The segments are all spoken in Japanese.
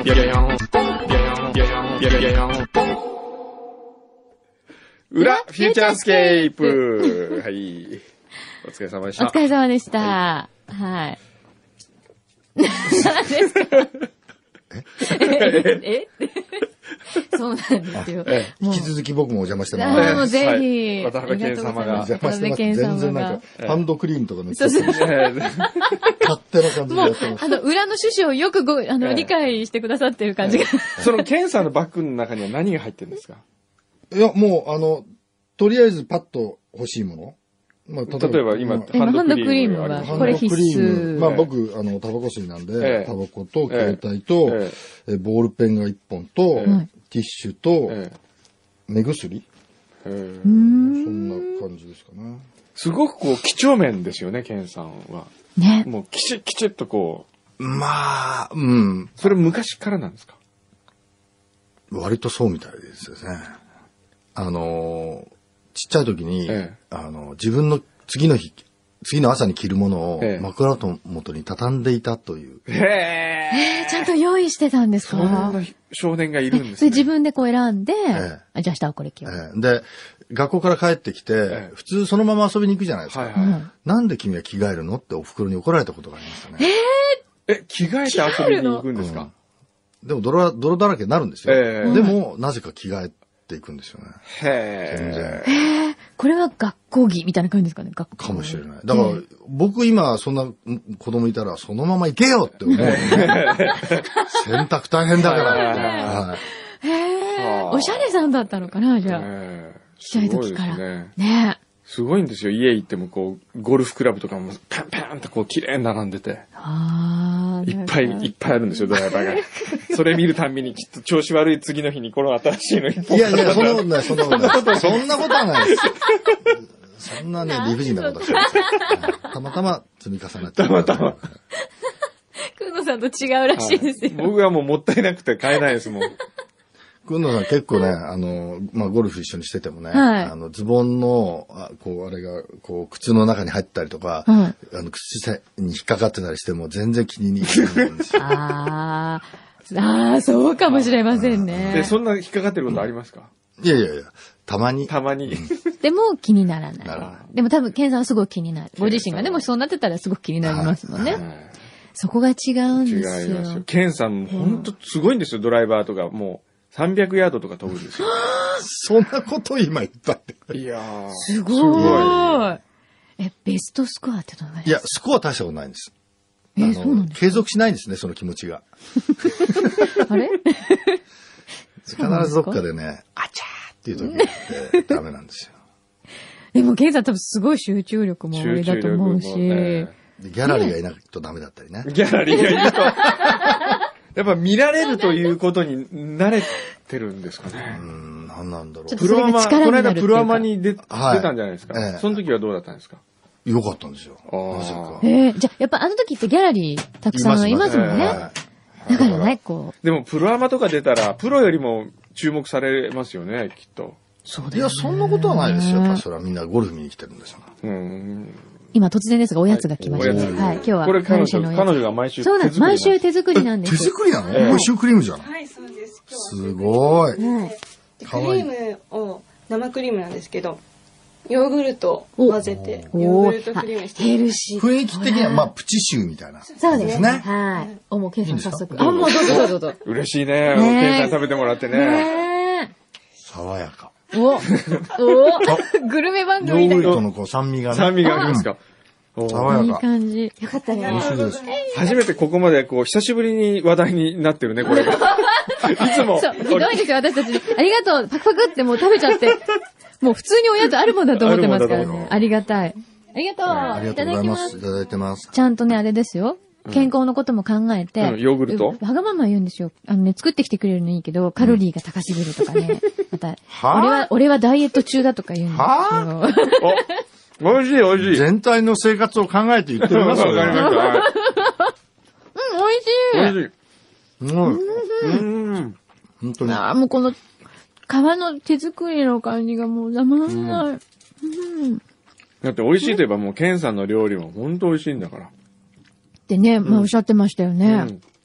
裏フューチャースケープ。はい。お疲れ様でした。 お疲れ様でした。はい。何ですか？えそうなんですよ。 引き続き僕もお邪魔してます。 もうぜひ。 渡辺健様が。 邪魔してます。全然なんか、ハンドクリームとか塗って勝手な感じでやってます。 裏の趣旨をよく理解してくださってる感じが。 その健さんのバッグの中には何が入ってるんですか？ いや、もう、とりあえずパッと欲しいもの。 まあ、例えば今、 ハンドクリームは、これ必須。 まあ僕、タバコ吸いなんで、タバコと携帯と、ボールペンが1本と、ティッシュと、目薬。そんな感じですかね。 すごくこう、几帳面ですよね、ケンさんは。 ね。 もう、きちっとこう。まあ、 それ昔からなんですか？ 割とそうみたいですね。ちっちゃい時に、自分の次の朝に着るものを枕元に畳んでいたという。 ちゃんと用意してたんですか？ そんな少年がいるんですね。 自分でこう選んで、じゃあ明日はこれ着よう。 で、学校から帰ってきて、普通そのまま遊びに行くじゃないですか。なんで君は着替えるのってお袋に怒られたことがありましたね。 着替えて遊びに行くんですか？ でも泥だらけになるんですよ。でも、なぜか着替えていくんですよね。全然。 これは学校着みたいな感じですかね？ かもしれない。だから、僕今、そんな子供いたら、そのまま行けよって思う、ね。洗濯大変だから。 おしゃれさんだったのかな、じゃあ。ちっちゃい時から。ね。 すごいんですよ。家行ってもこう、ゴルフクラブとかもパンパンとこう綺麗に並んでて。いっぱいあるんですよ、ドライバーが。それ見るたんびにきっと調子悪い次の日にこの新しいの一本。 いや、そんなことない、そんなことはないです。そんなね、理不尽なことはしないです。たまたま積み重なって。 たまたま。 くんのさんと違うらしいですよ。 僕はもうもったいなくて買えないですもん。 くんのさん結構ね、まあ、ゴルフ一緒にしててもね、ズボンの、靴の中に入ったりとか、靴に引っかかってたりしても全然気に入らないんですよ。 そうかもしれませんね。 そんな引っかかってることありますか？ いや、たまに。 でも気にならない。でも多分、ケンさんはすごい気になる。ご自身がね、もしそうなってたらすごく気になりますもんね。そこが違うんですよ。 違いますよ。ケンさんも本当すごいんですよ、ドライバーとか。もう300ヤードとか飛ぶんですよ。 そんなこと今言ったって。 いやー。 すごい。ベストスコアってどのぐらいですか？ いや、スコア大したことないんです。 そうなんですか？ 継続しないんですね、その気持ちが。 あれ必ずどっかでね、あちゃーっていう時ってダメなんですよ。 でも、ケンさん多分すごい集中力も上だと思うし。ギャラリーがいないとダメだったりね。 ギャラリーがいると。やっぱ見られるということに慣れてるんですかね。 何なんだろう。 プロアマ、この間プロアマに出たんじゃないですか。その時はどうだったんですか？ よかったんですよ。なぜか。 じゃあ、やっぱあの時ってギャラリーたくさんいますもんね。だからね、こう。でもプロアマとか出たら、プロよりも注目されますよね、きっと。 そうだよね。いや、そんなことはないですよ。やっぱそれはみんなゴルフ見に来てるんですよ。 今突然ですがおやつが来ました。はい、今日はこれ彼女が毎週手作り。 そうなんです。毎週手作りなんです。 手作りなの？これシュークリームじゃん。 はい、そうです。 すごい。 クリームを生クリームなんですけど、ヨーグルトを混ぜてヨーグルトクリームしてヘルシー。 雰囲気的にはまあプチシューみたいな。 そうですね。はい。もうケンさん早速。もうどうぞどうぞ。 嬉しいね。ケンさん食べてもらってね。 爽やか。 グルメ番組だ。 ヨーグルトのこう酸味がね。 酸味がありますか。 爽やか。 いい感じ。よかったね。 美味しいです。 初めてここまでこう久しぶりに話題になってるね、これが。いつも。 そう、ひどいですよ、私たち。ありがとう。パクパクってもう食べちゃって。もう普通におやつあるもんだと思ってますからね。ありがたい。ありがとう。 ありがとうございます。いただいてます。 ちゃんとね、あれですよ。健康のことも考えて。 ヨーグルト？ わがまま言うんですよ。作ってきてくれるのいいけど、カロリーが高すぎるとかね。また、俺はダイエット中だとか言うんですよ。 美味しい美味しい。 全体の生活を考えて言ってますよ。 わかりました。 美味しい。 美味しい。 本当に。 もうこの、皮の手作りの感じがもうたまらない。 だって美味しいといえばもうケンさんの料理も本当美味しいんだから。 ってね、おっしゃってましたよね。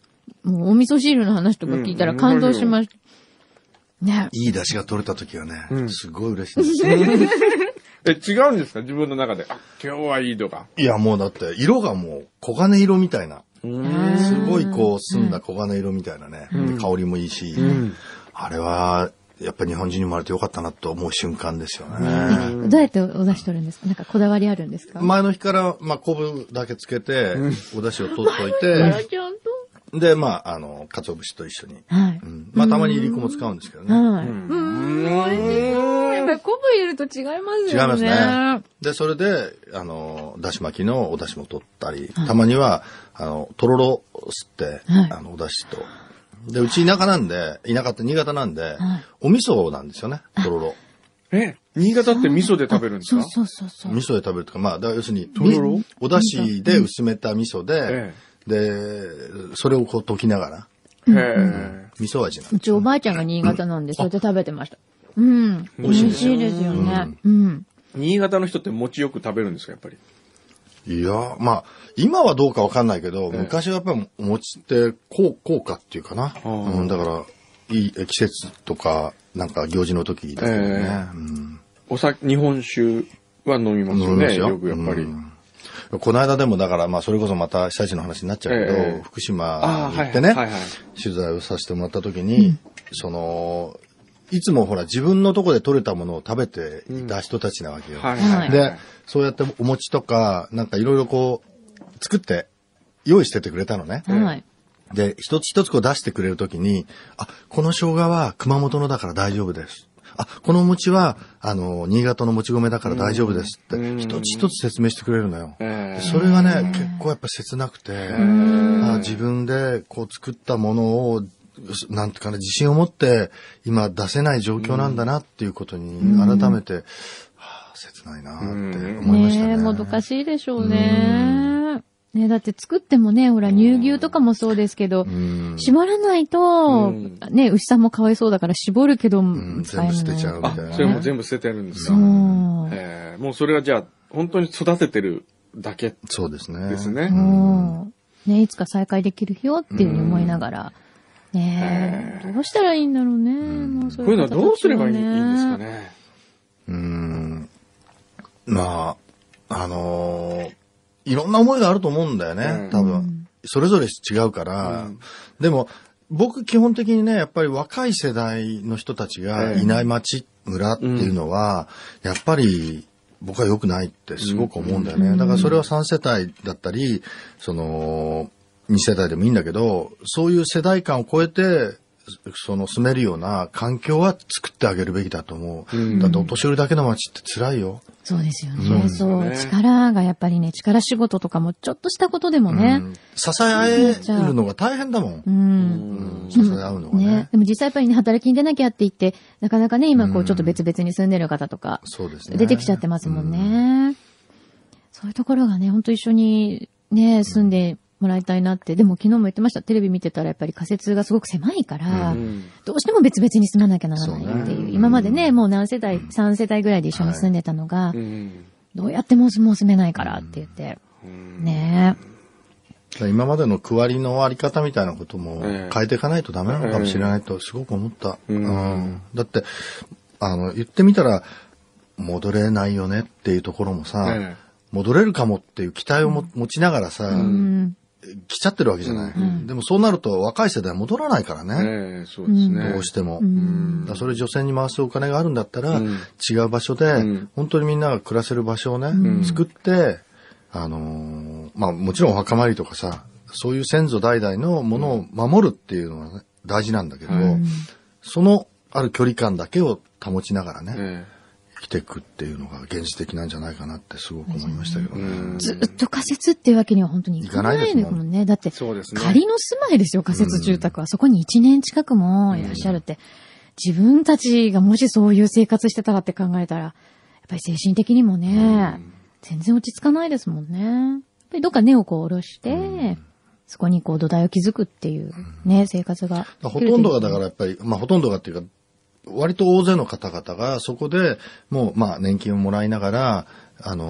もうお味噌汁の話とか聞いたら感動しました。ね。 いい出汁が取れた時はね、すごい嬉しいです。 違うんですか自分の中で。あ、今日はいいとか。 いや、もうだって、色がもう黄金色みたいな。すごいこう、澄んだ黄金色みたいなね。香りもいいし、あれは、やっぱり日本人に生まれてよかったなと思う瞬間ですよね。 どうやってお出汁取るんですか？なんかこだわりあるんですか？ 前の日から、昆布だけつけて、お出汁を取っといて、で、鰹節と一緒に。 はい。 たまにいりこも使うんですけどね。 はい。美味しそう。やっぱり昆布入れると違いますよね。違いますね。 で、それで、だし巻きのお出汁も取ったり、たまには、とろろ吸って、お出汁と。で、うち田舎なんで、新潟なんで、お味噌なんですよね、とろろ。 新潟って味噌で食べるんですか？ そう。 味噌で食べるとか、要するに、とろろお出汁で薄めた味噌で、で、それをこう溶きながら。味噌味なんです。 うちおばあちゃんが新潟なんで、それで食べてました。美味しいですよね。 新潟の人って餅よく食べるんですか、やっぱり。 いや、今はどうかわかんないけど、昔はやっぱりお餅って効果っていうかな。だから、季節とか、なんか行事の時ですよね。 日本酒は飲みますよね、よくやっぱり。 この間でもだから、それこそまた被災地の話になっちゃうけど、福島に行ってね、取材をさせてもらった時に、いつもほら自分のとこで採れたものを食べていた人たちなわけよ。で、そうやってお餅とか、なんかいろいろこう、作って用意しててくれたのね。で、一つ一つこう出してくれるときに、この生姜は熊本のだから大丈夫です。このお餅は、新潟のもち米だから大丈夫ですって、一つ一つ説明してくれるのよ。それがね、結構やっぱ切なくて、自分でこう作ったものを、なんていうかな、自信を持って今出せない状況なんだなっていうことに改めて、切ないなって思いましたね。 もどかしいでしょうね。だって作ってもね、ほら乳牛とかもそうですけど、絞らないと、牛さんもかわいそうだから絞るけど、 全部捨てちゃうみたいな。 それも全部捨ててるんですか？もうそれはじゃあ、本当に育ててるだけ。 そうですね。 ですね。 いつか再開できる日をっていうふうに思いながら。どうしたらいいんだろうね。 こういうのはどうすればいいんですかね。 いろんな思いがあると思うんだよね、多分。それぞれ違うから。でも、僕基本的にね、やっぱり若い世代の人たちがいない町、村っていうのは、やっぱり僕は良くないってすごく思うんだよね。だからそれは3世帯だったり、2世代でもいいんだけど、そういう世代間を超えて、住めるような環境は作ってあげるべきだと思う。だってお年寄りだけの街って辛いよ。 そうですよね。力がやっぱりね、力仕事とかもちょっとしたことでもね。 支え合えるのが大変だもん。支え合うのがね。 でも実際やっぱりね、働きに出なきゃって言って、なかなかね、今こうちょっと別々に住んでる方とか、出てきちゃってますもんね。そういうところがね、本当一緒にね、住んで、もらいたいなって。でも昨日も言ってました。テレビ見てたらやっぱり仮設がすごく狭いから、どうしても別々に住まなきゃならないっていう。今までね、もう何世代、3世代ぐらいで一緒に住んでたのが、どうやってもう住めないからって言って。ねえ。今までの区割りのあり方みたいなことも変えていかないとダメなのかもしれないとすごく思った。だって、言ってみたら、戻れないよねっていうところもさ、戻れるかもっていう期待を持ちながらさ、来ちゃってるわけじゃない。でもそうなると若い世代は戻らないからね。 そうですね。 どうしても。それ女性に回すお金があるんだったら、違う場所で、本当にみんなが暮らせる場所をね、作って、もちろんお墓参りとかさ、そういう先祖代々のものを守るっていうのは、ね、大事なんだけど、そのある距離感だけを保ちながらね、生きていくっていうのが現実的なんじゃないかなってすごく思いましたけどね。 ずっと仮設っていうわけには本当にいかないですもんね。だって、仮の住まいですよ、仮設住宅は。そこに1年近くもいらっしゃるって。自分たちがもしそういう生活してたらって考えたら、やっぱり精神的にもね、全然落ち着かないですもんね。やっぱりどっか根をこう下ろして、そこにこう土台を築くっていうね、生活が。 ほとんどがだからやっぱり、ほとんどがっていうか、割と大勢の方々がそこでもう年金をもらいながら、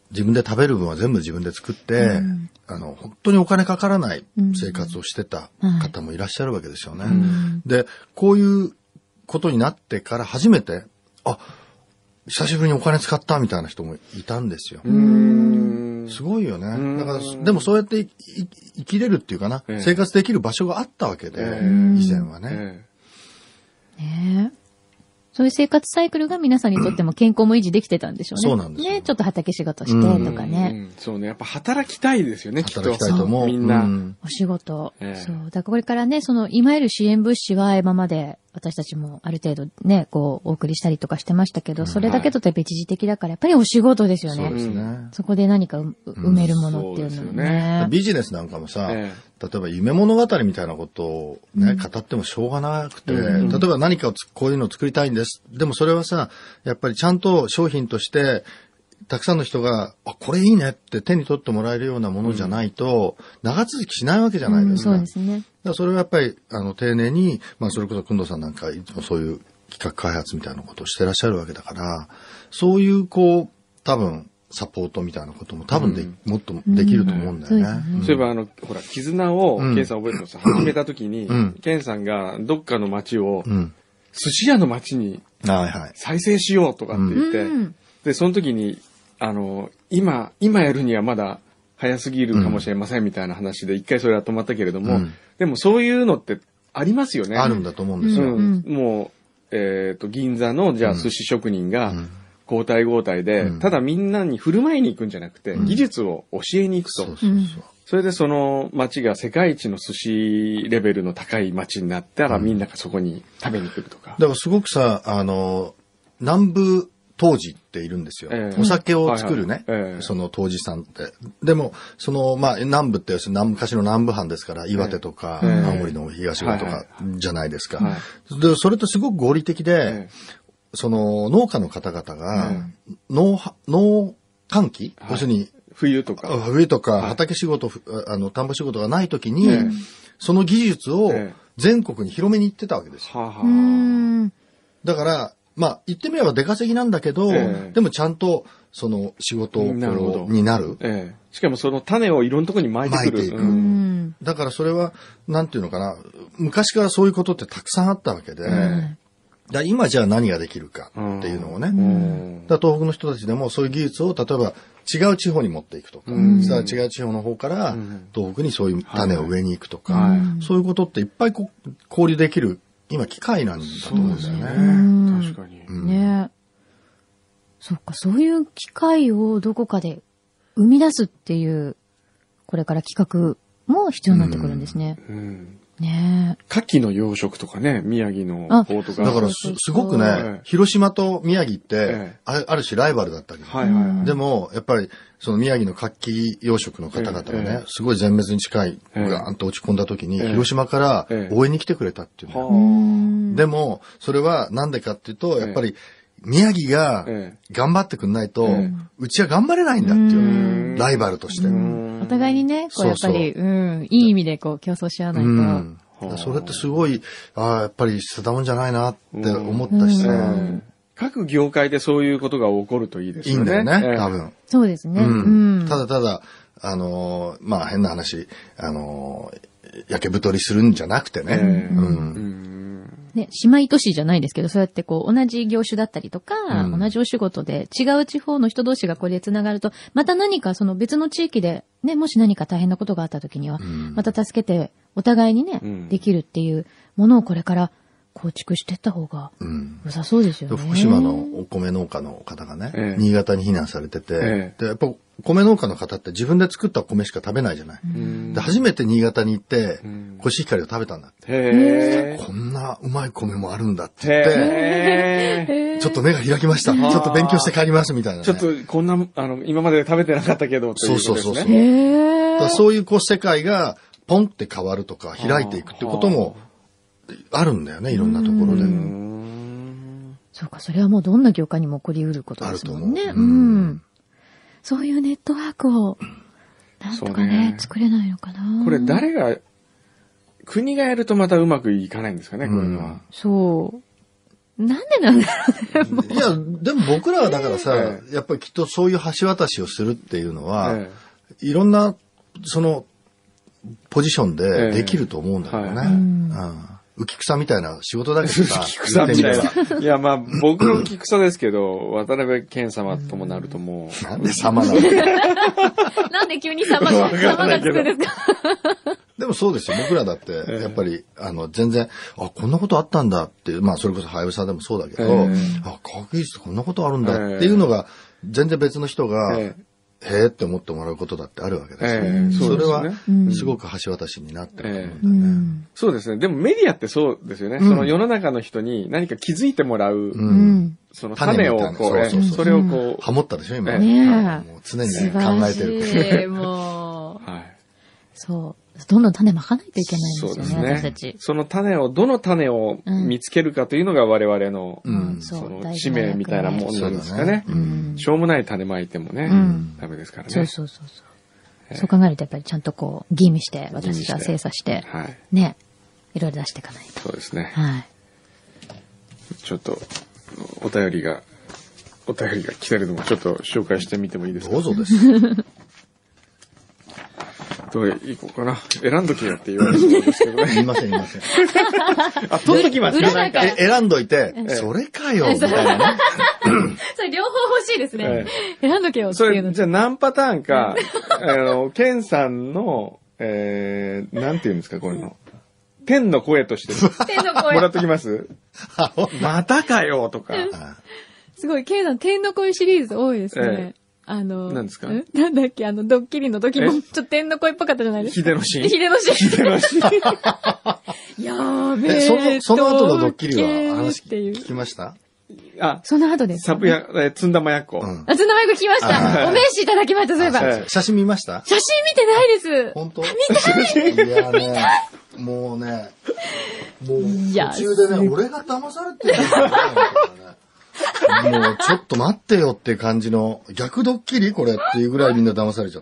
自分で食べる分は全部自分で作って、本当にお金かからない生活をしてた方もいらっしゃるわけですよね。で、こういうことになってから初めて、久しぶりにお金使ったみたいな人もいたんですよ。すごいよね。だから、でもそうやって生きれるっていうかな、生活できる場所があったわけで、以前はね。 ねえ。そういう生活サイクルが皆さんにとっても健康も維持できてたんでしょうね。 そうなんですよ。 ね、ちょっと畑仕事してとかね。 そうね。やっぱ働きたいですよね、 働きたいと思う。 みんな。 お仕事。そう。だからこれからね、いわゆる支援物資は今まで私たちもある程度ね、お送りしたりとかしてましたけど、それだけとやっぱり一時的だから、やっぱりお仕事ですよね。 そうですね。 そこで何か埋めるものっていうのね。 ビジネスなんかもさ、例えば夢物語みたいなことをね、語ってもしょうがなくて、例えば何かをこういうのを作りたいんです。でもそれはさ、やっぱりちゃんと商品として、たくさんの人が、これいいねって手に取ってもらえるようなものじゃないと、長続きしないわけじゃないですか。 そうですね。 だからそれはやっぱり、丁寧に、それこそ、くんどさんなんかいつもそういう企画開発みたいなことをしてらっしゃるわけだから、そういう、多分、サポートみたいなことも多分もっとできると思うんだよね。 そういえばほら、絆を、ケンさん覚えてます？始めた時に、ケンさんがどっかの町を、寿司屋の町に再生しようとかって言って、で、その時に、今やるにはまだ早すぎるかもしれませんみたいな話で一回それは止まったけれども、でもそういうのってありますよね。 あるんだと思うんですよ。 もう、銀座の、じゃあ寿司職人が、交代交代で、ただみんなに振る舞いに行くんじゃなくて、技術を教えに行くと。それでその町が世界一の寿司レベルの高い町になったら、みんながそこに食べに来るとか。 だからすごくさ、南部杜氏っているんですよ。お酒を作るね、その杜氏さんって。でも、南部って要するに昔の南部藩ですから、岩手とか、青森の東側とかじゃないですか。で、それとすごく合理的で、その農家の方々が、農閑期、要するに、 冬とか畑仕事、田んぼ仕事がない時に、その技術を全国に広めに行ってたわけですよ。だから、言ってみれば出稼ぎなんだけど、でもちゃんと、その仕事になる。 しかもその種をいろんなところに巻いてくる。 だからそれは、なんていうのかな、昔からそういうことってたくさんあったわけで、今じゃあ何ができるかっていうのをね、東北の人たちでもそういう技術を例えば違う地方に持っていくとか、違う地方の方から東北にそういう種を植えに行くとか、そういうことっていっぱい交流できる今機会なんだと思うんですよね。 確かに。 ね。そっか、そういう機会をどこかで生み出すっていう、これから企画も必要になってくるんですね。ねえ。 牡蠣の養殖とかね、宮城の方とか。 だからすごくね、広島と宮城って、ある種ライバルだったり。でも、やっぱり、その宮城の牡蠣養殖の方々がね、すごい全滅に近い、ガーンと落ち込んだ時に、広島から応援に来てくれたっていうの。でも、それはなんでかっていうと、やっぱり、宮城が頑張ってくんないと、うちは頑張れないんだっていう、ライバルとして。 お互いにね、やっぱり、いい意味で競争し合わないと。それってすごい、やっぱり捨てたもんじゃないなって思ったしさ。 各業界でそういうことが起こるといいですよね。 いいんだよね、多分。 そうですね。 ただただ、変な話、焼け太りするんじゃなくてね。 ね、姉妹都市じゃないですけど、そうやって同じ業種だったりとか、同じお仕事で違う地方の人同士がこれで繋がると、また何かその別の地域で、ね、もし何か大変なことがあった時には、また助けて、お互いにね、できるっていうものをこれから構築していった方が良さそうですよね。 福島のお米農家の方がね、新潟に避難されてて、で、やっぱ米農家の方って自分で作った米しか食べないじゃない。で、初めて新潟に行って、コシヒカリを食べたんだって。こんなうまい米もあるんだって言って、ちょっと目が開きました。ちょっと勉強して帰りますみたいな、ね。 ちょっとこんな、今まで食べてなかったけど、 そう。そういう世界がポンって変わるとか開いていくってこともあるんだよね、いろんなところで。 そうか、それはもうどんな業界にも起こりうることですもんね。そういうネットワークを、なんとかね、作れないのかな。 これ国がやるとまたうまくいかないんですかね、こういうのは。 そう。 なんでなんだろうね。 いや、でも僕らはだからさ、やっぱりきっとそういう橋渡しをするっていうのは、いろんな、ポジションでできると思うんだけどね。浮草みたいな仕事だけどさ。 浮草みたいな。いや、まあ、僕の浮草ですけど、渡辺謙様ともなるともう。なんで様なのなんで急に様がつくんですかでもそうですよ。僕らだって、やっぱり、全然、こんなことあったんだっていう、まあ、それこそ、はやぶさでもそうだけど、科学技術ってこんなことあるんだっていうのが、全然別の人が、へーって思ってもらうことだってあるわけですよ。それは、すごく橋渡しになってると思うんだよね。 そうですね。でもメディアってそうですよね。その世の中の人に何か気づいてもらう、その種をこう、それをこう。 ハモったでしょ、今。もう常に考えてる。 もう。そう。どんどん種まかないといけないんですよね、私たち。 その種を、どの種を見つけるかというのが我々の、その使命みたいなもんなんですかね。しょうもない種まいてもね、ダメですからね。 そう。そう考えるとやっぱりちゃんとこう、吟味して、私たちは精査して、ね、いろいろ出していかないと。 そうですね。 はい。 ちょっと、お便りが来てるのもちょっと紹介してみてもいいですか？ どうぞです。 どれいこうかな。選んどけよって言われるんですけどね。 言いません。 取っときますね。 選んどいて、それかよ、みたいなね。 それ両方欲しいですね。選んどけよっていうの。 それ、じゃあ何パターンか、ケンさんの、なんていうんですか、こういうの。天の声として。 天の声。 もらっときますまたかよ、とか。 すごい、ケンさん、天の声シリーズ多いですね。 何ですか？ なんだっけ、ドッキリの時も、ちょっと天の声っぽかったじゃないですか。 秀のシーン。 やーべえ。 その後のドッキリは話聞きました？ その後です。 つんだまやっこ。 つんだまやっこ聞きました。お名刺いただきました、そういえば。 写真見ました？ 写真見てないです。 本当？ 見たい。 いやね、もう途中でね、俺が騙されてるんだよね。もうちょっと待ってよっていう感じの逆ドッキリこれっていうぐらいみんな騙されちゃって。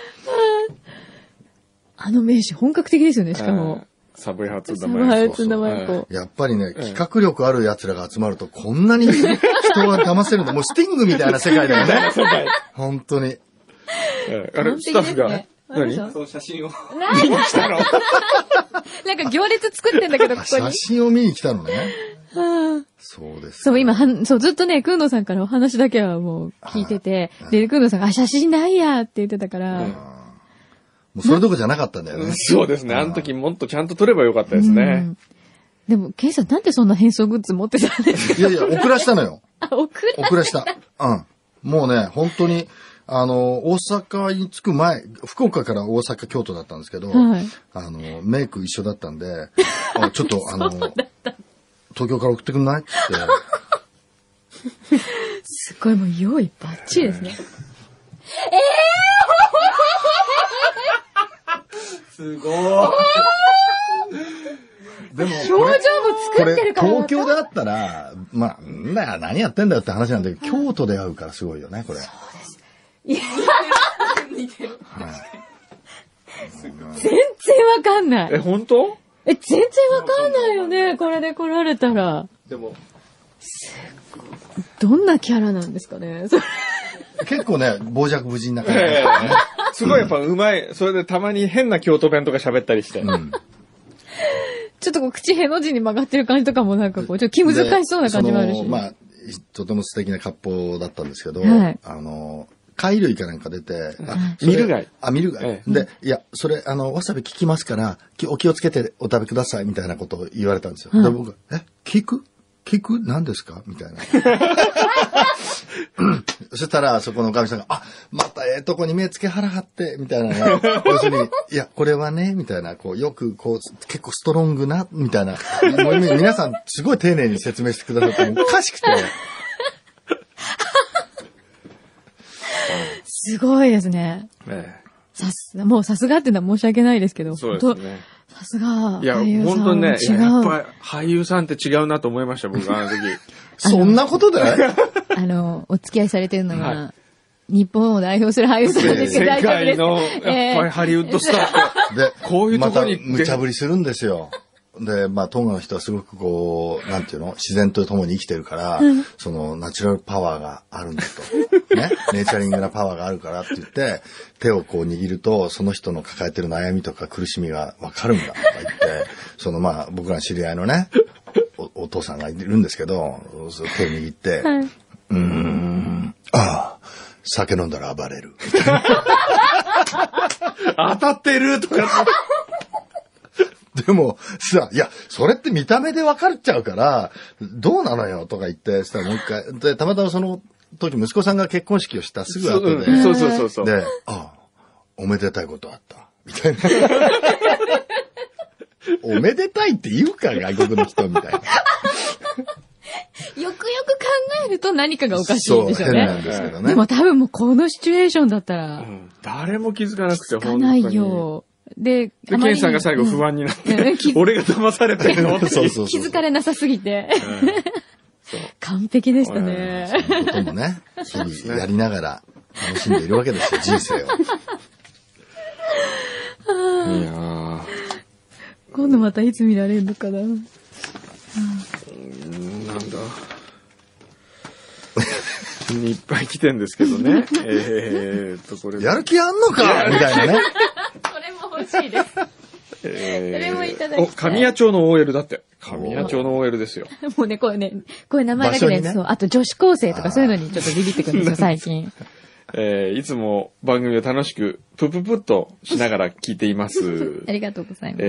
名刺本格的ですよね、しかも。 サブイハツンダマヤッコ。やっぱりね、企画力ある奴らが集まるとこんなに人が騙せるの。もうスティングみたいな世界だよね。本当に。 あれ、スタッフが何？ その写真を。 見に来たの？ なんか行列作ってんだけど、ここに。 写真を見に来たのね。そうです。 そう、今、ずっとね、くんどさんからお話だけはもう聞いてて、で、くんどさんが、写真ないやって言ってたから、 もうそれどころじゃなかったんだよね。 そうですね。あの時もっとちゃんと撮ればよかったですね。 でも、ケイさんなんでそんな変装グッズ持ってたんですか？ いや、送らしたのよ。 送らした。もうね、本当に、大阪に着く前、福岡から大阪、京都だったんですけど、メイク一緒だったんで、ちょっと東京から送ってくんないって。 すごい、もう用意バッチリですね。 すごい。 でも、 表情も作ってるから。 東京であったら、まあ、何やってんだよって話なんだけど、京都で会うからすごいよね、これ。 そうです。いや、似てる。全然わかんない。 本当？ 全然わかんないよね、これで来られたら。 でも、 どんなキャラなんですかね。 結構ね、傍若無人な感じ、ね。 すごいやっぱうまい。それでたまに変な京都弁とか喋ったりして。 ちょっとこう口への字に曲がってる感じとかもなんかこう、ちょっと気難しそうな感じもあるし。 まあ、とても素敵な割烹だったんですけど、貝類かなんか出て、 ミル貝。 ミル貝。で、いや、それ、わさび効きますから、お気をつけてお食べください、みたいなことを言われたんですよ。で、僕が、効く何ですかみたいな。そしたら、そこのおかみさんが、またとこに目つけ腹張って、みたいな。要するに、いや、これはね、みたいな、よく、結構ストロングな、みたいな。もう皆さん、すごい丁寧に説明してくださって、おかしくて。 すごいですね。もうさすがっていうのは申し訳ないですけど。 そうですね。 さすが。 いや、本当にね、やっぱり俳優さんって違うなと思いました、僕あの時。 そんなことでお付き合いされてるのが、日本を代表する俳優さんです世界の、やっぱりハリウッドスターって。で、こういうところに。 無茶ぶりするんですよ。 で、まあ、トンガの人はすごくこう、なんていうの、自然と共に生きてるから、その、ナチュラルパワーがあるんだと。ね。ネイチャリングなパワーがあるからって言って、手をこう握ると、その人の抱えてる悩みとか苦しみがわかるんだとか言って、その、まあ、僕らの知り合いのね、お父さんがいるんですけど、手を握って、酒飲んだら暴れる。 当たってるとか。 でも、さ、いや、それって見た目で分かっちゃうから、どうなのよとか言って、したらもう一回、で、たまたまその時息子さんが結婚式をしたすぐ後で、 そう。 で、おめでたいことあった。みたいな。おめでたいって言うか、外国の人みたいな。よくよく考えると何かがおかしいんでしょうね。 そう、変なんですけどね。 でも多分もうこのシチュエーションだったら。 誰も気づかなくて、 本当に。気づかないよ。で、 ケンさんが最後不安になって、俺が騙されてるのって気づかれなさすぎて。完璧でしたね。 そういうこともね、日々やりながら楽しんでいるわけですよ、人生を。 いやー。 今度またいつ見られるのかな。なんだ。 いっぱい来てんですけどね。これ。 やる気あんのかみたいなね。 それも欲しいです。それもいただきたい。 神谷町の OL だって。神谷町の OL ですよ。 もうね、こういう名前だけで、そう。あと女子高生とかそういうのにちょっとビビってくるんですよ、最近。 いつも番組を楽しく、プププッとしながら聞いています。 ありがとうございます。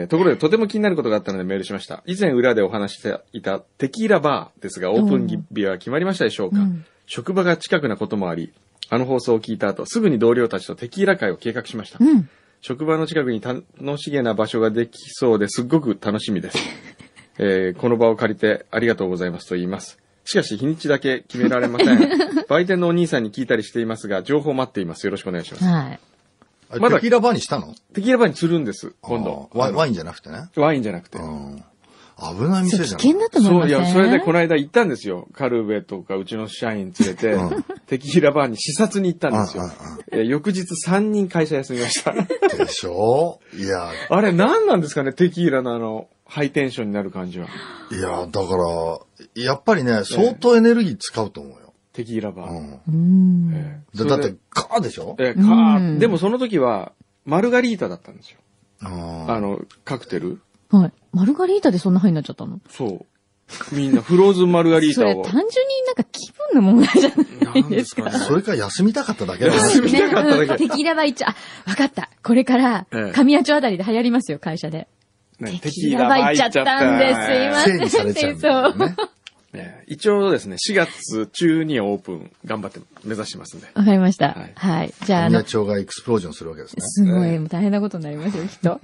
ところでとても気になることがあったのでメールしました。以前裏でお話していたテキーラバーですが、オープン日は決まりましたでしょうか？職場が近くなこともあり、あの放送を聞いた後、すぐに同僚たちとテキーラ会を計画しました。職場の近くに楽しげな場所ができそうですっごく楽しみです。この場を借りてありがとうございますと言います。しかし日にちだけ決められません。売店のお兄さんに聞いたりしていますが、情報待っています。よろしくお願いします。 はい。 まだテキーラバーにしたの？ テキーラバーにするんです、今度。 ワインじゃなくてね。 ワインじゃなくて。 危ない店じゃん。 危険だと思いますね。 そう、いや、それでこの間行ったんですよ。カルベとかうちの社員連れて、テキーラバーに視察に行ったんですよ。翌日3人会社休みました。 でしょ？いや。 あれ何なんですかね、テキーラのハイテンションになる感じは。 いや、だから、やっぱりね、相当エネルギー使うと思うよ。 テキーラバー。 だって、カーでしょ？ カー。でもその時は、マルガリータだったんですよ。カクテル。 はい。マルガリータでそんな風になっちゃったの？ そう。みんなフローズンマルガリータを。 それ単純になんか気分の問題じゃないですか。 それから休みたかっただけだね。 休みたかっただけ。 テキーラバー一応、わかった。これから、神谷町あたりで流行りますよ、会社で。 テキーラバー行っちゃったんです。すいません。 整理されちゃうんだよね。 一応ですね、4月中にオープン頑張って目指してますんで。 わかりました。はい。じゃあ、 神谷町がエクスプロージョンするわけですね。 すごい、大変なことになりますよ、きっと。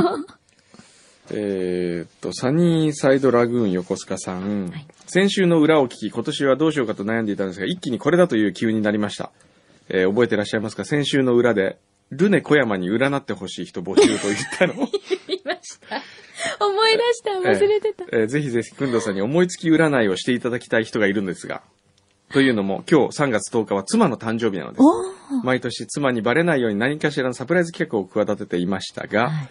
サニーサイドラグーン横須賀さん、はい、先週の裏を聞き、今年はどうしようかと悩んでいたんですが、一気にこれだという気運になりました。覚えてらっしゃいますか？先週の裏で、ルネ小山に占ってほしい人募集と言ったのを。 言いました。思い出した。忘れてた。 ぜひぜひ、くんどさんに思いつき占いをしていただきたい人がいるんですが、というのも、今日3月10日は妻の誕生日なのです。毎年妻にバレないように何かしらのサプライズ企画を企てていましたが、はい、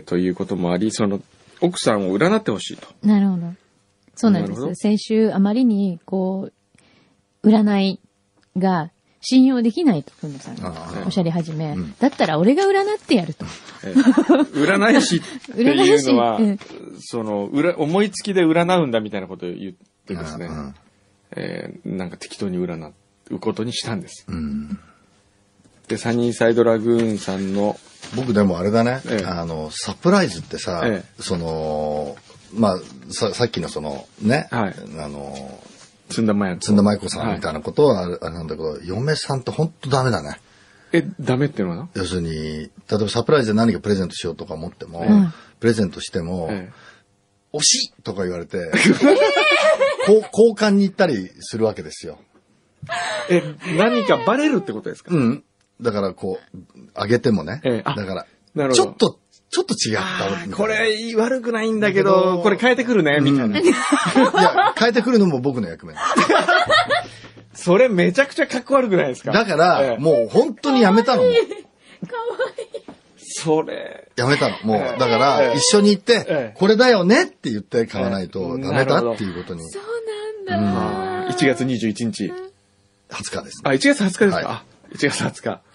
ということもあり、その奥さんを占ってほしいと。 なるほど。そうなんです。先週あまりに、占いが信用できないと、くんどさんがおっしゃり始め、だったら俺が占ってやると。 占い師っていうのは、思いつきで占うんだみたいなことを言ってですね、なんか適当に占うことにしたんです。で、サニーサイドラグーンさんの、 僕でもあれだね、サプライズってさ、さっきのね、 つんだまいこさんみたいなことはあれなんだけど、嫁さんってほんとダメだね。 ダメっていうのは？ 要するに、例えばサプライズで何かプレゼントしようとか思っても、プレゼントしても、惜しいとか言われて、交換に行ったりするわけですよ。 何かバレるってことですか？ だからあげてもね。だから、ちょっと違った。 これ悪くないんだけど、これ変えてくるね、みたいな。いや、変えてくるのも僕の役目。 それめちゃくちゃかっこ悪くないですか？ だから、もう本当にやめたの。かわいい。 それ。 やめたの。もう、だから、一緒に行って、これだよねって言って買わないとダメだっていうことに。 そうなんだ。 1月21日。 20日です。 あ、1月20日ですか。1月20日。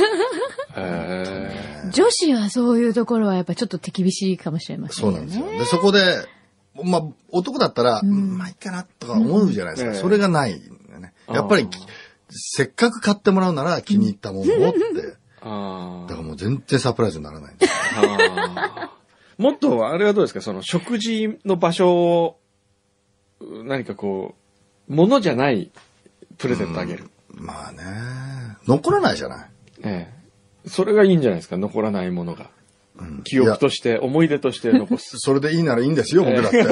女子はそういうところはやっぱちょっと手厳しいかもしれませんね。 そうなんですよ。で、そこで、まあ、男だったら、まあいいかなとか思うじゃないですか。それがないんだよね。やっぱり、せっかく買ってもらうなら気に入ったものをって。だからもう全然サプライズにならないんです。 もっと、あれはどうですか、その食事の場所を、何かこう、ものじゃないプレゼントあげる。 まあね。残らないじゃない。 それがいいんじゃないですか、残らないものが。記憶として、思い出として残す。 それでいいならいいんですよ、僕だって。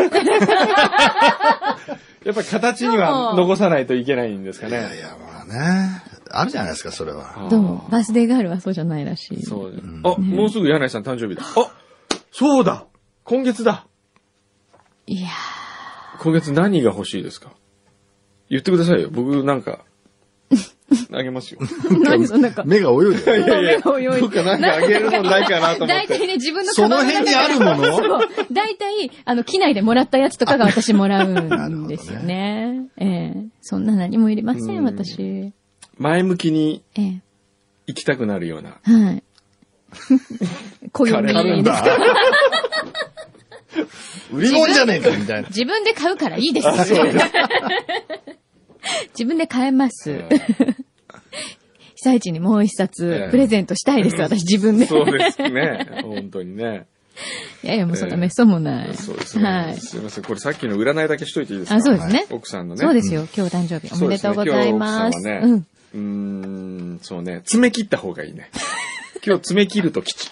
やっぱり形には残さないといけないんですかね。 いや、まあね。あるじゃないですか、それは。 どうも、バースデーガールはそうじゃないらしい。 そう。もうすぐ柳井さん誕生日だ。あ、そうだ今月だ。 いやー。今月何が欲しいですか？言ってくださいよ。僕なんか、あげますよ。 何そんなか。 目が泳いでる。 いやいや、どっかなんかあげるもんないかなと思って。 大体ね、自分のその辺にあるもの？ そう。大体、機内でもらったやつとかが私もらうんですよね。そんな何もいりません、私。 前向きに、行きたくなるような。 はい。暦ですか？ 売り物じゃねえかみたいな。 自分で買うからいいです。自分で買えます。被災地にもう一冊プレゼントしたいです、私自分で。 そうですね。本当にね。 いやいや、もうそんなめっそうもない。 そうですね。はい。すいません。これさっきの占いだけしといていいですか？ あ、そうですね。 奥さんのね。 そうですよ。今日誕生日。おめでとうございます。 そうね。爪切った方がいいね。今日爪切ると吉。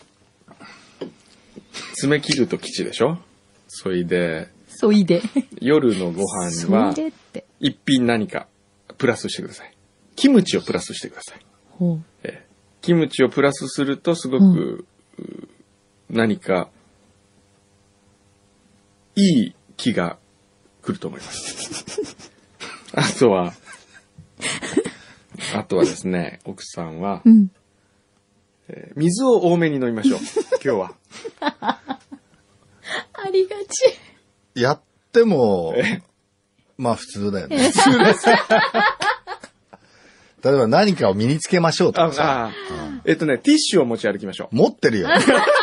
爪切ると吉でしょ？そいで。夜のご飯は、一品何かプラスしてください。キムチをプラスしてください。キムチをプラスするとすごく、何か、いい気が来ると思います。あとはですね、奥さんは、水を多めに飲みましょう。今日は。 ありがち。 やっても、まあ普通だよね。 普通です。 例えば何かを身につけましょうとかさ。 ティッシュを持ち歩きましょう。 持ってるよ。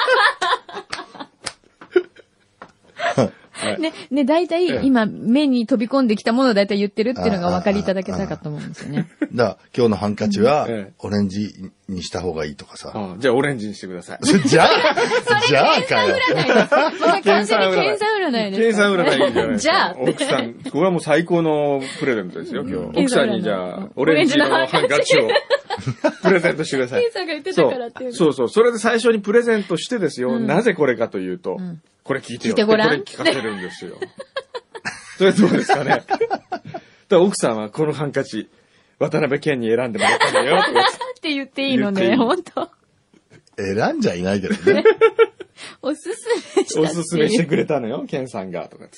ね、大体今目に飛び込んできたものを大体言ってるっていうのがお分かりいただけたかと思うんですよね。 だから今日のハンカチはオレンジにした方がいいとかさ。 じゃあオレンジにしてください。 じゃあかよ。 完全に検査占いです。 検査占いいいじゃないですか。 じゃあ。 奥さん、これはもう最高のプレゼントですよ、今日。奥さんにじゃあ、オレンジのハンカチをプレゼントしてください。 検査が言ってたからっていう。 そう。それで最初にプレゼントしてですよ。なぜこれかというと、これ聞いてよ。これ聞かせるんですよ。それどうですかね。奥さんはこのハンカチ、渡辺謙に選んでもらったんだよ。 って言っていいのね、ほんと。 選んじゃいないけどね。 おすすめしてくれたのよ、謙さんが。とか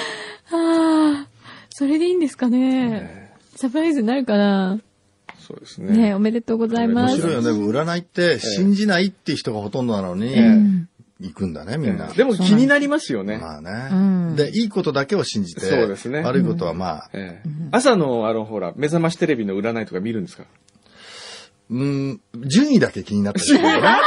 それでいいんですかね。サプライズになるかな。 そうですね。 ね、おめでとうございます。 面白いよね。占いって信じないって人がほとんどなのに、行くんだね、みんな。 でも気になりますよね。 まあね。で、いいことだけを信じて、そうですね。悪いことはまあ。 朝の、ほら、目覚ましテレビの占いとか見るんですか？ 順位だけ気になってるよね。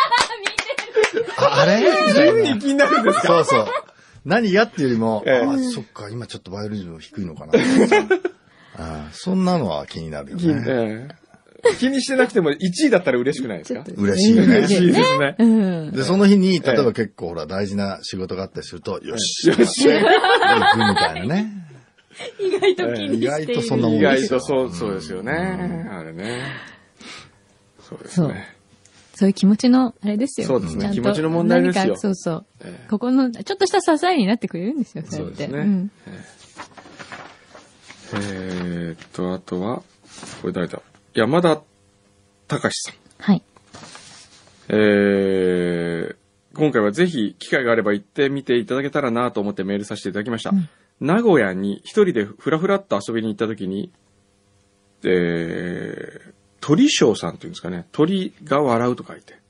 あれ順位気になるんですか？ そう。何がっていうよりも、そっか、今ちょっとバイオリズム低いのかな。そんなのは気になるよね。 気にしてなくても1位だったら嬉しくないですか？ 嬉しいよね。 嬉しいですね。 で、その日に、例えば結構ほら、大事な仕事があったりすると、よし。行くみたいなね。 意外と気にしている。 意外とそんなもんですよ。意外とそうですよね。あれね。そうですね。 そういう気持ちの、あれですよ。 そうですね。気持ちの問題ですよ。 そう。ここの、ちょっとした支えになってくれるんですよ、 そうですね。あとは、これ誰だ？山田隆さん。 はい。 今回はぜひ機会があれば行ってみていただけたらなと思ってメールさせていただきました。名古屋に一人でふらふらっと遊びに行った時に、鳥章さんっていうんですかね、鳥が笑うと書いて、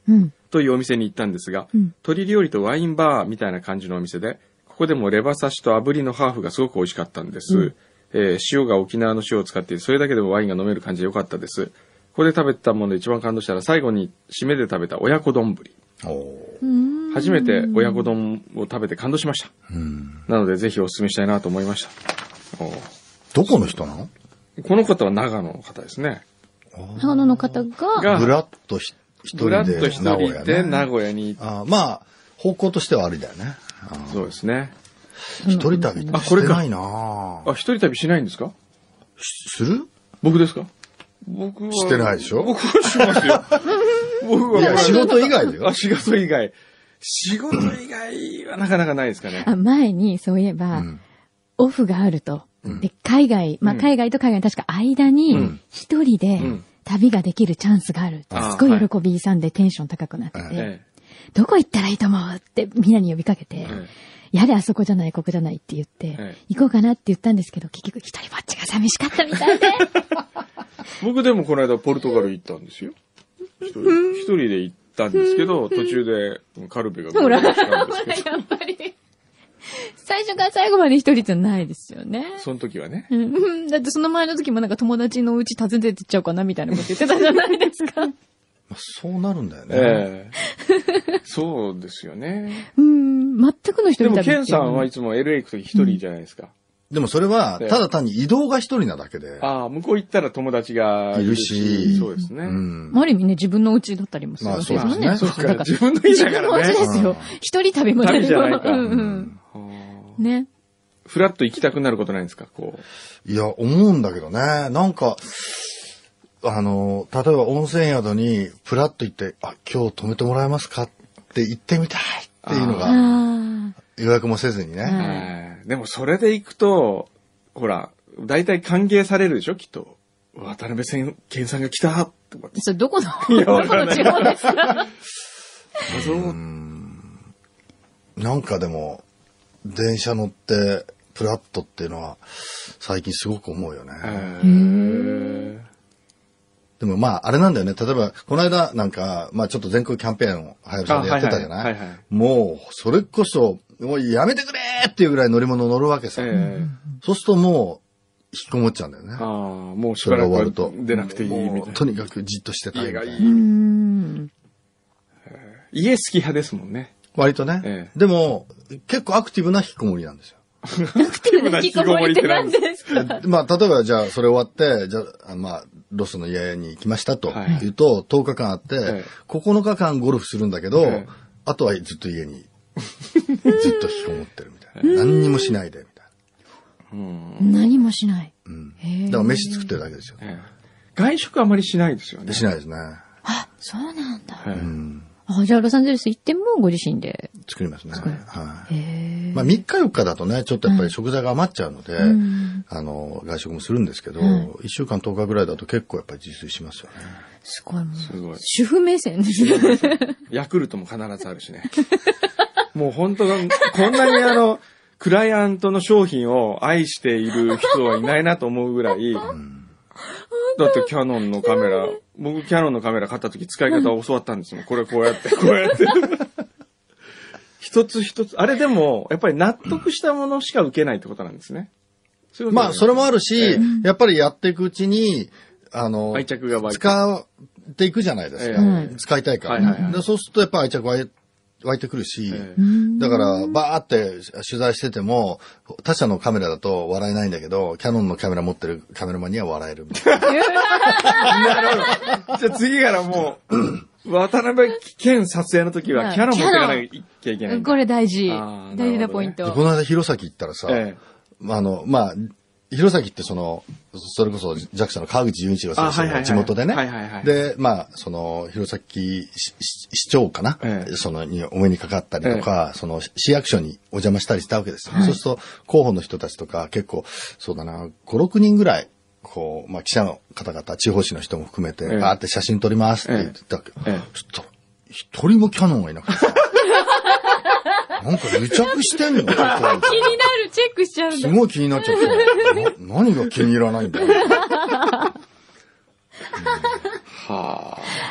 というお店に行ったんですが、鶏料理とワインバーみたいな感じのお店で、ここでもレバ刺しと炙りのハーフがすごく美味しかったんです。塩が沖縄の塩を使っていて、それだけでもワインが飲める感じで良かったです。ここで食べたもので一番感動したら、最後に締めで食べた親子丼。初めて親子丼を食べて感動しました。なのでぜひお勧めしたいなと思いました。 どこの人なの？ この方は長野の方ですね。 長野の方が、 ブラッと一人で名古屋に。 まあ、方向としてはありだよね。 そうですね。 一人旅ってしてないな一人旅しないんですか？ する？ 僕ですか？僕は。 してないでしょ？ 僕はしますよ。僕は。 いや、仕事以外だよ。 仕事以外。仕事以外はなかなかないですかね。 前に、そういえば、オフがあると。で、海外と海外確か間に、一人で旅ができるチャンスがある。すごい喜び勇んでテンション高くなってて、どこ行ったらいいと思うってみんなに呼びかけて、やれあそこじゃないここじゃないって言って、行こうかなって言ったんですけど、結局一人ぼっちが寂しかったみたいで。 僕でもこの間ポルトガル行ったんですよ。一人で行ったんですけど、途中でカルベがほら、やっぱり。最初から最後まで一人じゃないですよね。 その時はね。 だってその前の時もなんか友達のうち訪ねてっちゃうかなみたいなこと言ってたじゃないですか。 そうなるんだよね。 そうですよね。 全くの一人旅。 でもケンさんはいつも LA 行く時一人じゃないですか。 でもそれは、ただ単に移動が一人なだけで。 向こう行ったら友達がいるし。そうですね。 ある意味ね、自分の家だったりもするわけですよね。 そうか、自分の家だからね。 自分の家ですよ。一人旅も旅じゃないか。 ね。 フラッと行きたくなることないんですか？ いや、思うんだけどね。なんか、例えば温泉宿にプラッと行って、今日泊めてもらえますかって言ってみたいっていうのが、予約もせずにね。 でもそれで行くと、ほら、大体歓迎されるでしょきっと。渡辺健さんが来たって。 それどこの地方ですか？ なんかでも、電車乗ってプラットっていうのは最近すごく思うよね。でもあれなんだよね。例えばこの間なんかちょっと全国キャンペーンをはやぶさでやってたじゃない？もうそれこそもうやめてくれっていうぐらい乗り物乗るわけさ。そうするともう引きこもっちゃうんだよね。 もうしばらく出なくていいみたいな。 とにかくじっとしてたいみたいな。 家好き派ですもんね。 割とね。でも、結構アクティブな引きこもりなんですよ。 アクティブな引きこもりって何ですか？ 例えばじゃあそれ終わって、ロスの家に行きましたと言うと、10日間あって、9日間ゴルフするんだけど、あとはずっと家に、ずっと引きこもってるみたいな。何にもしないで、みたいな。何もしない。 だから飯作ってるだけですよ。 外食あまりしないですよね。 しないですね。 そうなんだ。じゃあロサンゼルス行ってもご自身で作りますね。3日4日だとね、ちょっとやっぱり食材が余っちゃうので、外食もするんですけど、1週間10日ぐらいだと結構やっぱり自炊しますよね。 すごい。主婦目線ですね。 ヤクルトも必ずあるしね。もう本当こんなにクライアントの商品を愛している人はいないなと思うぐらい、だってキヤノンのカメラ、僕キヤノンのカメラ買った時使い方を教わったんですよ。これこうやって、こうやって。一つ一つ。あれでも、やっぱり納得したものしか受けないってことなんですね。それもあるし、やっぱりやっていくうちに、 愛着が使っていくじゃないですか。使いたいから。そうするとやっぱ愛着湧いてくるし、だからバーって取材してても、他社のカメラだと笑えないんだけど、キヤノンのカメラ持ってるカメラマンには笑えるみたいな。 なるほど。じゃあ次からもう、渡辺健撮影の時はキヤノン持っていかなきゃいけない。 これ大事。大事なポイント。 この間弘前行ったらさ、弘前ってそれこそ JAXA の川口純一郎先生の地元でね。で、弘前市長かな、にお目にかかったりとか、市役所にお邪魔したりしたわけですよ。そうすると、広報の人たちとか結構、そうだな、5、6人ぐらい、記者の方々、地方紙の人も含めて、バーって写真撮りますって言ってたけど、ちょっと、一人もキヤノンがいなかった。なんか癒着してんの？気になる、 チェックしちゃうんだ。 すごい気になっちゃって。何が気に入らないんだよ。 や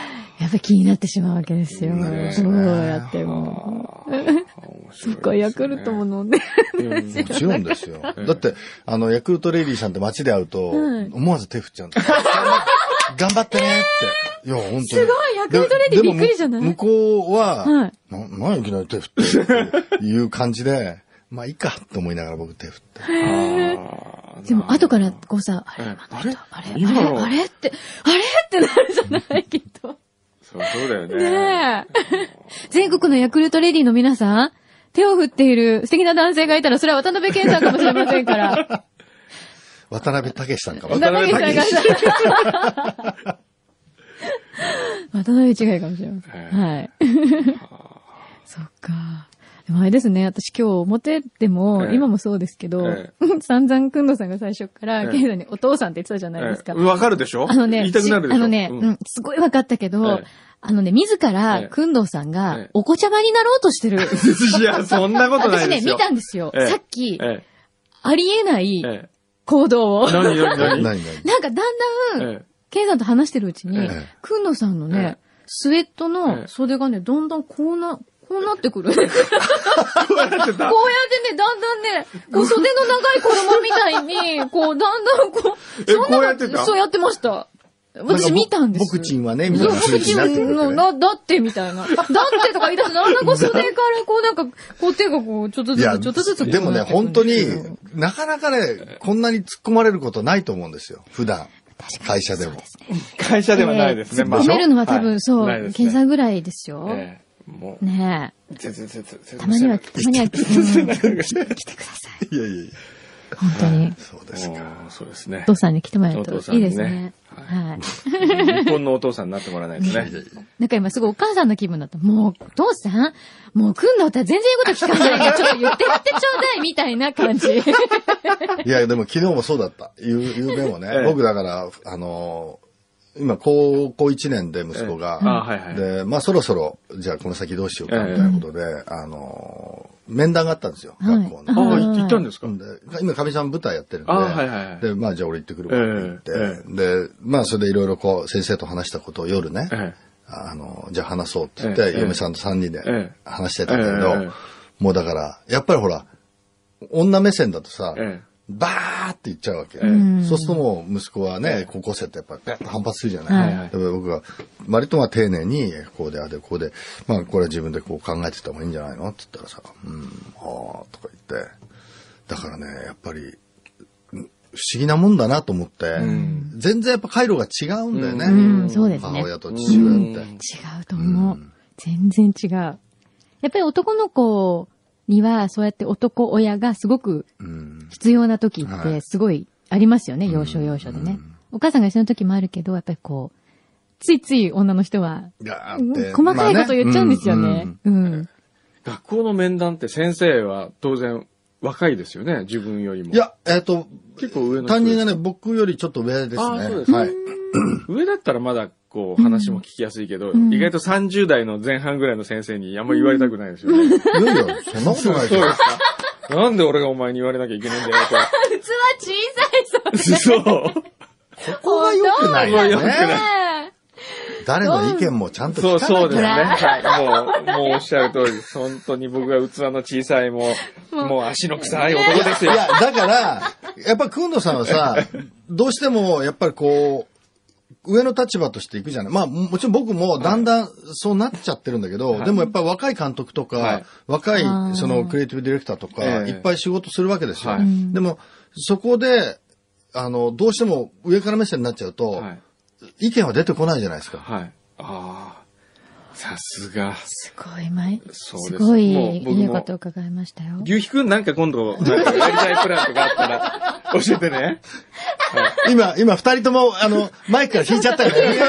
やっぱり気になってしまうわけですよ。どうやっても。そっか、ヤクルトも飲んでるんですよ。 もちろんですよ。だって、ヤクルトレディさんって街で会うと、思わず手振っちゃうんですよ。頑張ってねって。いや、本当に。 すごい、ヤクルトレディびっくりじゃない？ 向こうは、何いきなり手振ってっていう感じで、まあいいかと思いながら僕手振って。 でも後からこうさ、あれってなるじゃないきっと。 そうだよね。 ねえ。全国のヤクルトレディの皆さん、手を振っている素敵な男性がいたら、それは渡辺謙さんかもしれませんから。 渡辺武さんかも。 渡辺武さん。渡辺違いかもしれません。はい。そっか。でもあれですね、私今日表でも、今もそうですけど、散々くんどさんが最初から、ケイさんにお父さんって言ってたじゃないですか。 わかるでしょ？言いたくなるでしょ？ すごいわかったけど、自ら、くんどうさんが、お子ちゃまになろうとしてる。 いや、そんなことないですよ。 私ね、見たんですよ。さっき、ありえない行動を。 何なんかだんだん、ケイさんと話してるうちに、くんどうさんのね、スウェットの袖がね、だんだんこうなってくる。こうやってね、だんだんね、こう袖の長い衣みたいに、こう、だんだんこう、 こうやってた？ そうやってまし私見たんです。 僕ちんはね、みたいな雰囲気になってくる、ね。 だってみたいな。だってとか言い出すと、だんだんこう袖からこうなんか、こう手がこう、ちょっとずつ。 でもね、本当に、なかなかね、こんなに突っ込まれることないと思うんですよ。普段。会社でも。 会社ではないですね。 突っ込めるのは多分そう、検査ぐらいですよ。 もう。 ねえ。たまには来てください。 いやいや。 本当に。 そうですか。 そうですね。 お父さんに来てもらえるといいですね。はい。 日本のお父さんになってもらわないとね。 なんか今すごいお母さんの気分だった。もう、お父さんもう来んのったら全然言うこと聞かないで、ちょっと言ってちょうだいみたいな感じ。 いや、でも昨日もそうだった。ゆうべもね、僕だから、今、高校1年で息子が、で、まあそろそろ、じゃあこの先どうしようか、みたいなことで、面談があったんですよ、学校の。 行ったんですか？ 今、かみさん舞台やってるんで、で、まあじゃあ俺行ってくるわって言って、で、まあそれでいろいろこう、先生と話したことを夜ね、じゃあ話そうって言って、嫁さんと3人で話してたんだけど、もうだから、やっぱりほら、女目線だとさ、バーって言っちゃうわけ。そうするともう息子はね、高校生ってやっぱりペッと反発するじゃない。僕が割とまあ丁寧に、こうであでこうで、まあこれは自分でこう考えてた方がいいんじゃないのって言ったらさ、とか言って。だからね、やっぱり、不思議なもんだなと思って、全然やっぱ回路が違うんだよね。 そうですね。 母親と父親って。 違うと思う。全然違う。やっぱり男の子には、そうやって男親がすごく必要な時ってすごいありますよね、要所要所でね。お母さんが一緒の時もあるけど、やっぱりこう、ついつい女の人は、細かいこと言っちゃうんですよね。 学校の面談って先生は当然若いですよね、自分よりも。 いや、 結構上の人。 担任がね、僕よりちょっと上ですね。はい。 上だったらまだこう話も聞きやすいけど、意外と30代の前半ぐらいの先生にあんまり言われたくないですよね。 いやいや、そんなことないそうですか。なんで俺がお前に言われなきゃいけないんだよと。 器小さいそう。 ここが良くないよね。誰の意見もちゃんと聞かないと。 そうですね。はい。もうおっしゃる通りです。本当に僕が器の小さい、もう足の臭い男ですよ。 いや、だから、やっぱくんどさんはさ、どうしても、やっぱりこう、上の立場としていくじゃない。まあ、もちろん僕もだんだんそうなっちゃってるんだけど、でもやっぱり若い監督とか、若いそのクリエイティブディレクターとか、いっぱい仕事するわけですよ。でも、そこで、どうしても上から目線になっちゃうと、意見は出てこないじゃないですか。 はい。ああ。さすが。 すごいすごいいいことを伺いましたよ。 牛皮くんなんか今度、やりたいプランとかあったら、教えてね。 今二人とも、マイクから引いちゃったよね。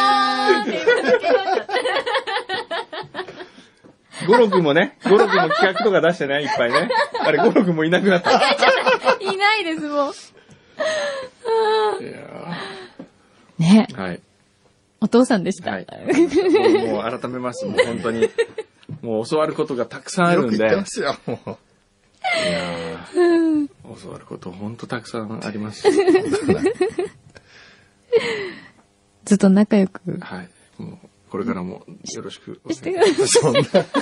ゴロくんも企画とか出してね、いっぱいね。あれ、ゴロくんもいなくなった。 いないです、もう。 いやね。 はい。 お父さんでした。 はい。もう改めます。もう本当に、もう教わることがたくさんあるんで。 よく言ってますよ、もう。 いや教わること本当たくさんあります。 ずっと仲良く。 はい。もうこれからもよろしくお願いします。そんな。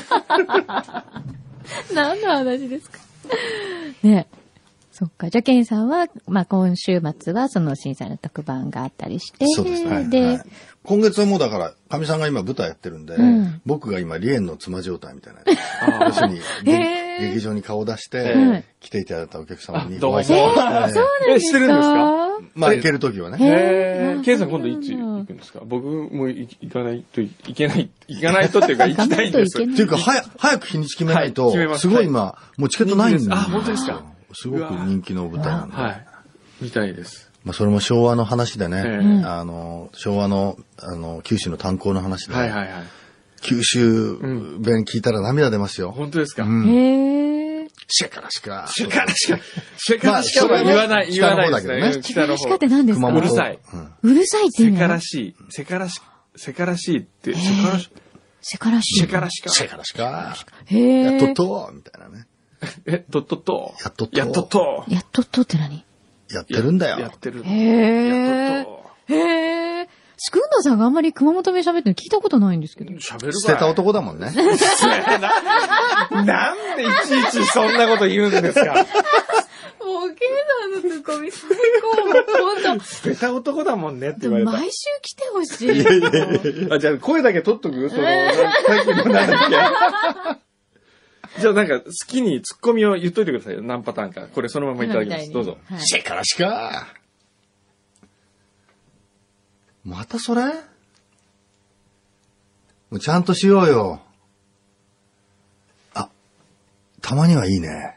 何の話ですかね。そっか。じゃあ、ケンさんは、まあ、今週末はその震災の特番があったりして。 そうですね。で、はい、今月はもうだから、かみさんが今舞台やってるんで、僕が今、リエンの妻状態みたいな。要するに、劇場に顔を出して、来ていただいたお客様にご挨拶して。 そうなんですか？ してるんですか？ まあ、行けるときはね。 ケンさん今度いつ行くんですか？僕も行かないといけない、行かないとっていうか行きたいんです。っていうか、早く日にち決めないと、すごい今、もうチケットないんです。 あ、本当ですか？ すごく人気の舞台なんで。 はい。みたいです。 まあ、それも昭和の話でね、昭和の、九州の炭鉱の話で、九州弁聞いたら涙出ますよ。 本当ですか？ シェカラシカ。 シェカラシカ。シェカラシカは言わないですね。 北の方。シェカラシカって何ですか？ うるさい。 うるさいって言うの？ シェカラシい。シェカラシいって、 シェカラシシェカラシカ。 シェカラシカ。 へやっとっとみたいなね。 とっとっと。 やっとっと。 やっとっとって何？ やってるんだよ。 やってる。 へっと。スクンダさんがあんまり熊本弁喋ってるの聞いたことないんですけど。 喋る捨てた男だもんね。 なんでいちいちそんなこと言うんですか？ もう、ケンさんのツッコミ最高。本当。 捨てた男だもんねって言われた。 毎週来てほしい。 じゃあ声だけ取っとく？さっきのなんだっけ？じゃあなんか好きにツッコミを言っといてくださいよ。何パターンか。これそのままいただきます。どうぞ。 シェカラシカ。またそれ？もうちゃんとしようよ。あ、たまにはいいね。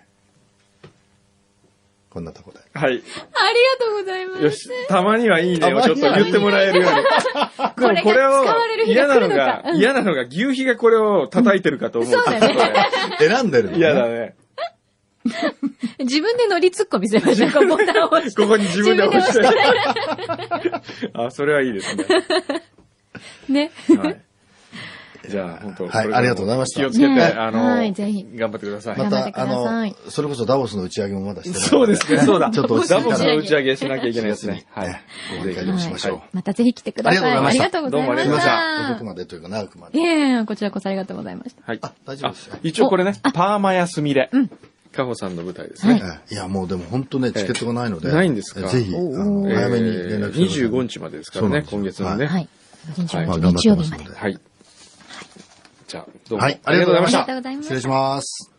こんなとこで。 はい。 ありがとうございます。 よし、たまにはいいねをちょっと言ってもらえるように。でもこれを嫌なのが、牛皮がこれを叩いてるかと思う。 そうだね。 選んでるのね。 嫌だね。 自分で乗りツッコミすればいい。ボタンを押して。 ここに自分で押して。あ、それはいいですね。 ね。 はい。じゃあ、本当はい、ありがとうございました。 気をつけて、 はい、ぜひ。 頑張ってください。 また、それこそダボスの打ち上げもまだしてない。 そうですね、そうだ。 ちょっとダボスの打ち上げしなきゃいけないですね。 はい。ご理解しましょう。 またぜひ来てください。 ありがとうございました。どうもありがとうございました。遅くまでというか長くまで。 いえ、こちらこそありがとうございました。 はい。 あ、大丈夫ですよ。 一応これね、パーマやすみれ。カホさんの舞台ですね。 いや、もうでも本当ね、チケットがないので。 ないんですか？ ぜひ、早めに連絡して 25日までですからね、今月のね。 はい。 日曜日まで。 はい。じゃあ、どうも。 はい、ありがとうございました。 ありがとうございました。 失礼します。